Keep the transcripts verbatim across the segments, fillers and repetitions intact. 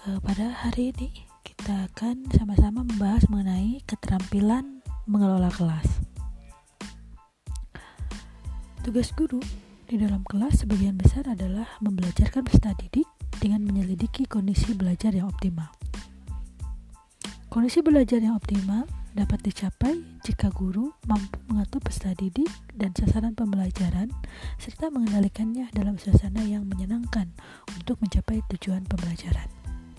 E, pada hari ini kita akan sama-sama membahas mengenai keterampilan mengelola kelas. Tugas guru di dalam kelas sebagian besar adalah membelajarkan peserta didik dengan menyelidiki kondisi belajar yang optimal. Kondisi belajar yang optimal dapat dicapai jika guru mampu mengatur peserta didik dan sasaran pembelajaran serta mengendalikannya dalam suasana yang menyenangkan untuk mencapai tujuan pembelajaran.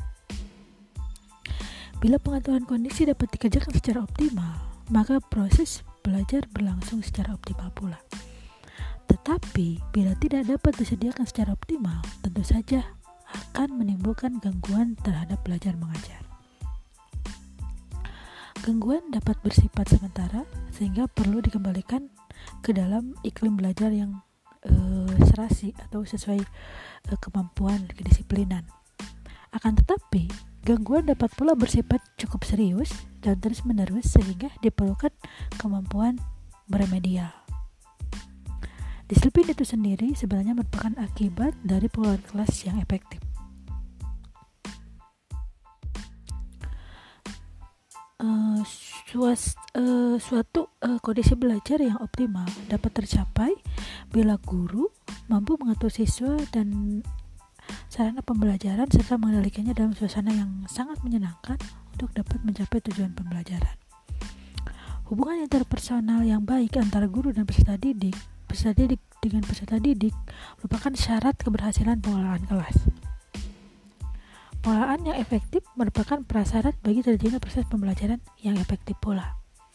Bila pengaturan kondisi dapat dikerjakan secara optimal, maka proses belajar berlangsung secara optimal pula. Tetapi, bila tidak dapat disediakan secara optimal, tentu saja akan menimbulkan gangguan terhadap belajar mengajar. Gangguan dapat bersifat sementara, sehingga perlu dikembalikan ke dalam iklim belajar yang e, serasi atau sesuai e, kemampuan kedisiplinan. Akan tetapi, gangguan dapat pula bersifat cukup serius dan terus-menerus sehingga diperlukan kemampuan beremedial. Disiplin itu sendiri sebenarnya merupakan akibat dari pengelolaan kelas yang efektif. Uh, suas, uh, suatu uh, kondisi belajar yang optimal dapat tercapai bila guru mampu mengatur siswa dan sarana pembelajaran serta mengendalikannya dalam suasana yang sangat menyenangkan untuk dapat mencapai tujuan pembelajaran. Hubungan interpersonal yang baik antara guru dan peserta didik, peserta didik dengan peserta didik merupakan syarat keberhasilan pengelolaan kelas. Pengelolaan yang efektif merupakan prasyarat bagi terjadinya proses pembelajaran yang efektif pula.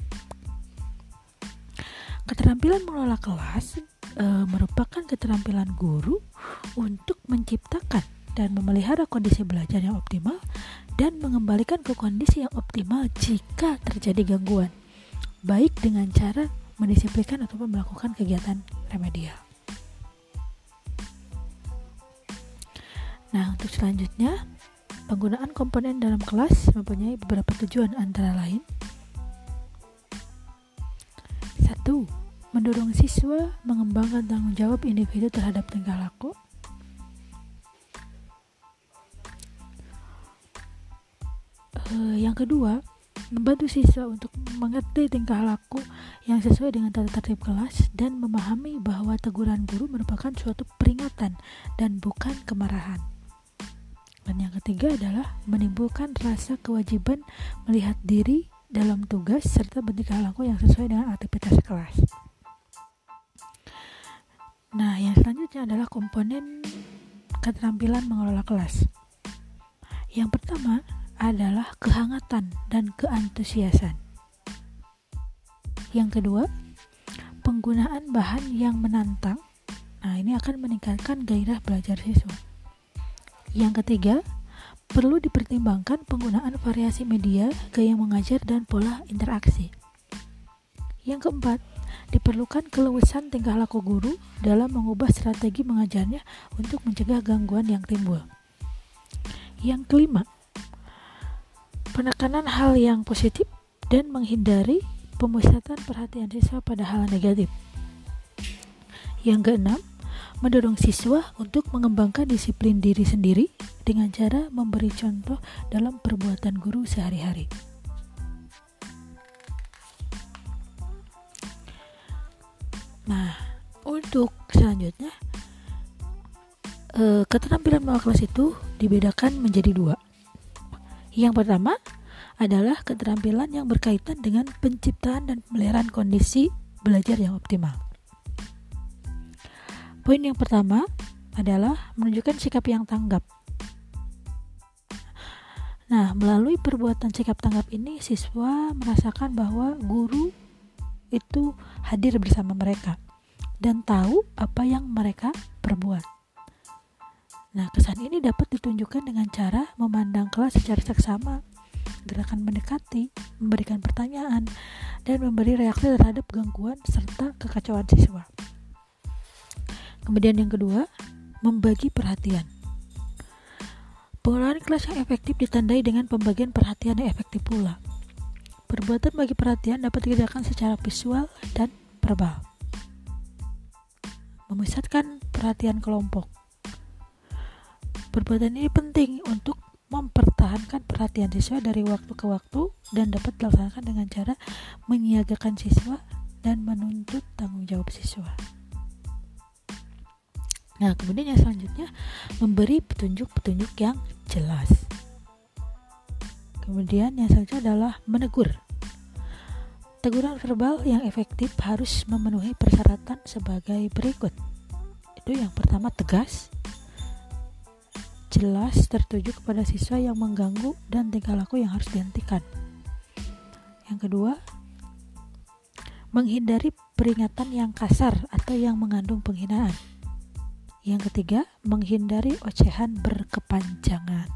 Keterampilan mengelola kelas e, merupakan keterampilan guru untuk menciptakan dan memelihara kondisi belajar yang optimal dan mengembalikan ke kondisi yang optimal jika terjadi gangguan, baik dengan cara mendisiplinkan ataupun melakukan kegiatan remedial. Nah, untuk selanjutnya, penggunaan komponen dalam kelas mempunyai beberapa tujuan antara lain. Satu, mendorong siswa mengembangkan tanggung jawab individu terhadap tingkah laku. Uh, yang kedua, membantu siswa untuk mengerti tingkah laku yang sesuai dengan tata tertib kelas dan memahami bahwa teguran guru merupakan suatu peringatan dan bukan kemarahan. Dan yang ketiga adalah menimbulkan rasa kewajiban melihat diri dalam tugas serta bertingkah laku yang sesuai dengan aktivitas kelas. Nah, yang selanjutnya adalah komponen keterampilan mengelola kelas. Yang pertama adalah kehangatan dan keantusiasan. Yang kedua, penggunaan bahan yang menantang. Nah, ini akan meningkatkan gairah belajar siswa. Yang ketiga, perlu dipertimbangkan penggunaan variasi media, gaya mengajar, dan pola interaksi. Yang keempat, diperlukan keluasan tingkah laku guru dalam mengubah strategi mengajarnya untuk mencegah gangguan yang timbul. Yang kelima, penekanan hal yang positif dan menghindari pemusatan perhatian siswa pada hal negatif. Yang keenam, mendorong siswa untuk mengembangkan disiplin diri sendiri dengan cara memberi contoh dalam perbuatan guru sehari-hari. Nah, untuk selanjutnya, eh, keterampilan mengelola kelas itu dibedakan menjadi dua. Yang pertama adalah keterampilan yang berkaitan dengan penciptaan dan pemeliharaan kondisi belajar yang optimal. Poin yang pertama adalah menunjukkan sikap yang tanggap. Nah, melalui perbuatan sikap tanggap ini, siswa merasakan bahwa guru itu hadir bersama mereka dan tahu apa yang mereka perbuat. Nah, kesan ini dapat ditunjukkan dengan cara memandang kelas secara seksama, gerakan mendekati, memberikan pertanyaan, dan memberi reaksi terhadap gangguan serta kekacauan siswa. Kemudian yang kedua, membagi perhatian. Pengelolaan kelas yang efektif ditandai dengan pembagian perhatian yang efektif pula. Perbuatan bagi perhatian dapat dikerjakan secara visual dan verbal. Memusatkan perhatian kelompok. Perbuatan ini penting untuk mempertahankan perhatian siswa dari waktu ke waktu dan dapat dilaksanakan dengan cara menyiagakan siswa dan menuntut tanggung jawab siswa. Nah, kemudian yang selanjutnya memberi petunjuk-petunjuk yang jelas. Kemudian yang selanjutnya adalah menegur. Teguran verbal yang efektif harus memenuhi persyaratan sebagai berikut. Itu yang pertama, tegas, jelas, tertuju kepada siswa yang mengganggu dan tingkah laku yang harus dihentikan. Yang kedua, menghindari peringatan yang kasar atau yang mengandung penghinaan. Yang ketiga, menghindari ocehan berkepanjangan.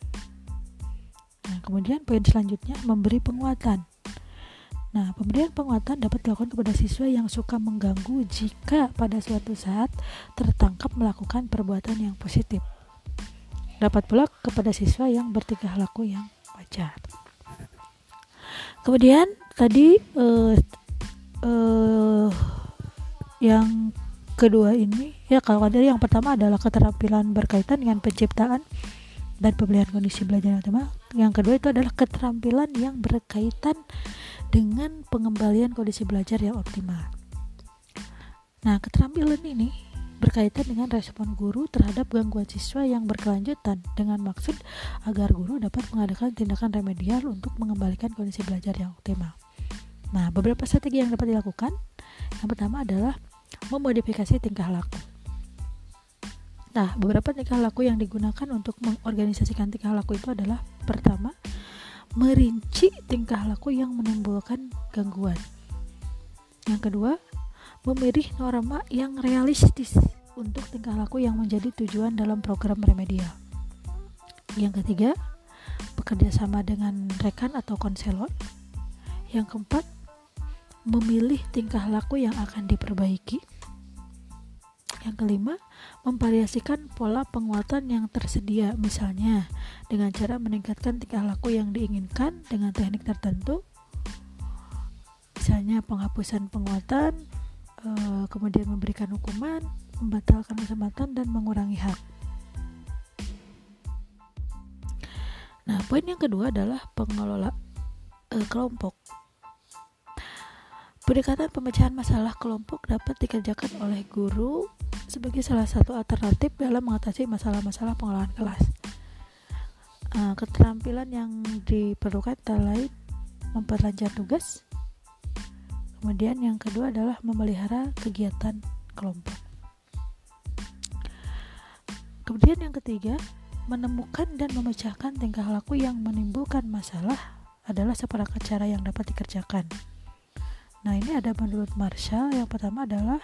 Nah, kemudian poin selanjutnya, memberi penguatan. Nah, pemberian penguatan dapat dilakukan kepada siswa yang suka mengganggu jika pada suatu saat tertangkap melakukan perbuatan yang positif. Dapat pula kepada siswa yang bertingkah laku yang wajar. Kemudian tadi eh, eh, yang kedua ini, ya kalau dari yang pertama adalah keterampilan berkaitan dengan penciptaan dan pemeliharaan kondisi belajar yang optimal. Yang kedua itu adalah keterampilan yang berkaitan dengan pengembalian kondisi belajar yang optimal. Nah, keterampilan ini berkaitan dengan respon guru terhadap gangguan siswa yang berkelanjutan dengan maksud agar guru dapat mengadakan tindakan remedial untuk mengembalikan kondisi belajar yang optimal. Nah, beberapa strategi yang dapat dilakukan. Yang pertama adalah memodifikasi tingkah laku. Nah, beberapa tingkah laku yang digunakan untuk mengorganisasikan tingkah laku itu adalah pertama, merinci tingkah laku yang menimbulkan gangguan. Yang kedua, memilih norma yang realistis untuk tingkah laku yang menjadi tujuan dalam program remedial. Yang ketiga, bekerja sama dengan rekan atau konselor. Yang keempat, memilih tingkah laku yang akan diperbaiki. Yang kelima, memvariasikan pola penguatan yang tersedia, misalnya dengan cara meningkatkan tingkah laku yang diinginkan dengan teknik tertentu, misalnya penghapusan penguatan, e, kemudian memberikan hukuman, membatalkan kesempatan, dan mengurangi hak. Nah, poin yang kedua adalah pengelola e, kelompok. Pendekatan pemecahan masalah kelompok dapat dikerjakan oleh guru sebagai salah satu alternatif dalam mengatasi masalah-masalah pengelolaan kelas. Uh, keterampilan yang diperlukan antara lain memperlancar tugas. Kemudian yang kedua adalah memelihara kegiatan kelompok. Kemudian yang ketiga, menemukan dan memecahkan tingkah laku yang menimbulkan masalah adalah seperangkat cara yang dapat dikerjakan. Nah, ini ada menurut Marshall. Yang pertama adalah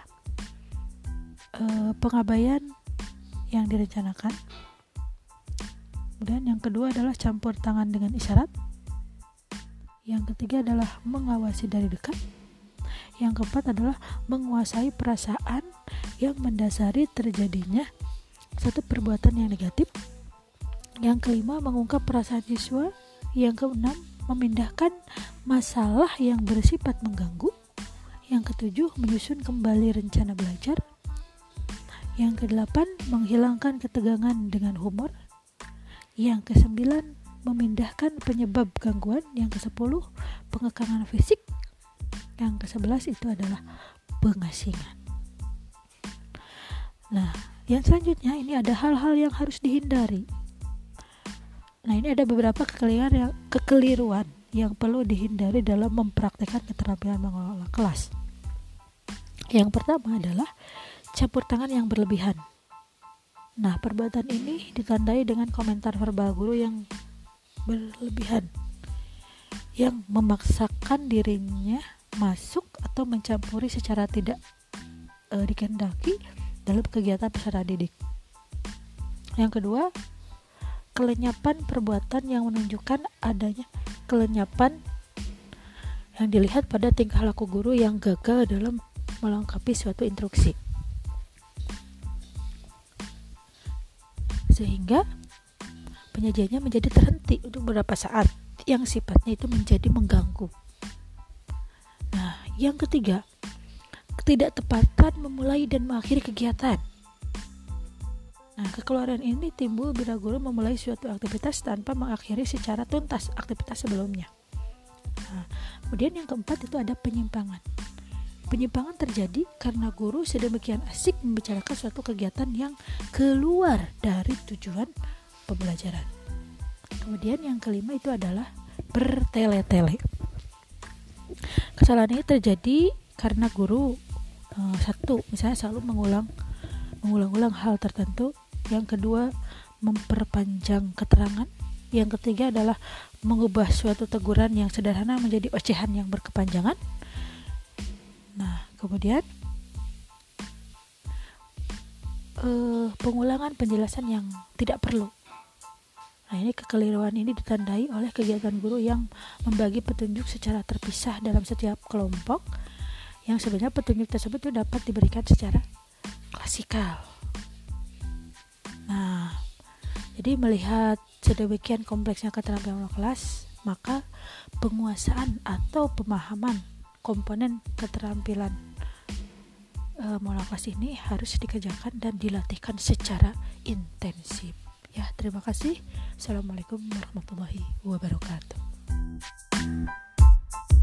e, pengabaian yang direncanakan. Kemudian yang kedua adalah campur tangan dengan isyarat. Yang ketiga adalah mengawasi dari dekat. Yang keempat adalah menguasai perasaan yang mendasari terjadinya satu perbuatan yang negatif. Yang kelima, mengungkap perasaan siswa. Yang keenam, memindahkan masalah yang bersifat mengganggu. Yang ketujuh, menyusun kembali rencana belajar. Yang kedelapan, menghilangkan ketegangan dengan humor. Yang kesembilan, memindahkan penyebab gangguan. Yang kesepuluh, pengekangan fisik. Yang kesebelas itu adalah pengasingan. Nah, yang selanjutnya ini ada hal-hal yang harus dihindari. Nah, ini ada beberapa kekeliruan yang, kekeliruan yang perlu dihindari dalam mempraktikkan keterampilan mengelola kelas. Yang pertama adalah campur tangan yang berlebihan. Nah, perbuatan ini ditandai dengan komentar verbal guru yang berlebihan, yang memaksakan dirinya masuk atau mencampuri secara tidak e, dikehendaki dalam kegiatan peserta didik. Yang kedua, kelenyapan perbuatan yang menunjukkan adanya kelenyapan yang dilihat pada tingkah laku guru yang gagal dalam melengkapi suatu instruksi, sehingga penyajiannya menjadi terhenti untuk beberapa saat yang sifatnya itu menjadi mengganggu. Nah, yang ketiga, ketidaktepatan memulai dan mengakhiri kegiatan. Nah, Nah, kekeluaran ini timbul bila guru memulai suatu aktivitas tanpa mengakhiri secara tuntas aktivitas sebelumnya. Nah, kemudian yang keempat itu ada penyimpangan. Penyimpangan terjadi karena guru sedemikian asik membicarakan suatu kegiatan yang keluar dari tujuan pembelajaran. Kemudian yang kelima itu adalah bertele-tele. Kesalahan ini terjadi karena guru eh, satu, misalnya selalu mengulang mengulang-ulang hal tertentu. Yang kedua, memperpanjang keterangan. Yang ketiga adalah mengubah suatu teguran yang sederhana menjadi ocehan yang berkepanjangan. Nah, kemudian eh, pengulangan penjelasan yang tidak perlu. Nah, ini kekeliruan ini ditandai oleh kegiatan guru yang membagi petunjuk secara terpisah dalam setiap kelompok, yang sebenarnya petunjuk tersebut itu dapat diberikan secara klasikal. Nah, jadi melihat sedemikian kompleksnya keterampilan kelas, maka penguasaan atau pemahaman komponen keterampilan e, mola kelas ini harus dikerjakan dan dilatihkan secara intensif. Ya, terima kasih. Assalamualaikum warahmatullahi wabarakatuh.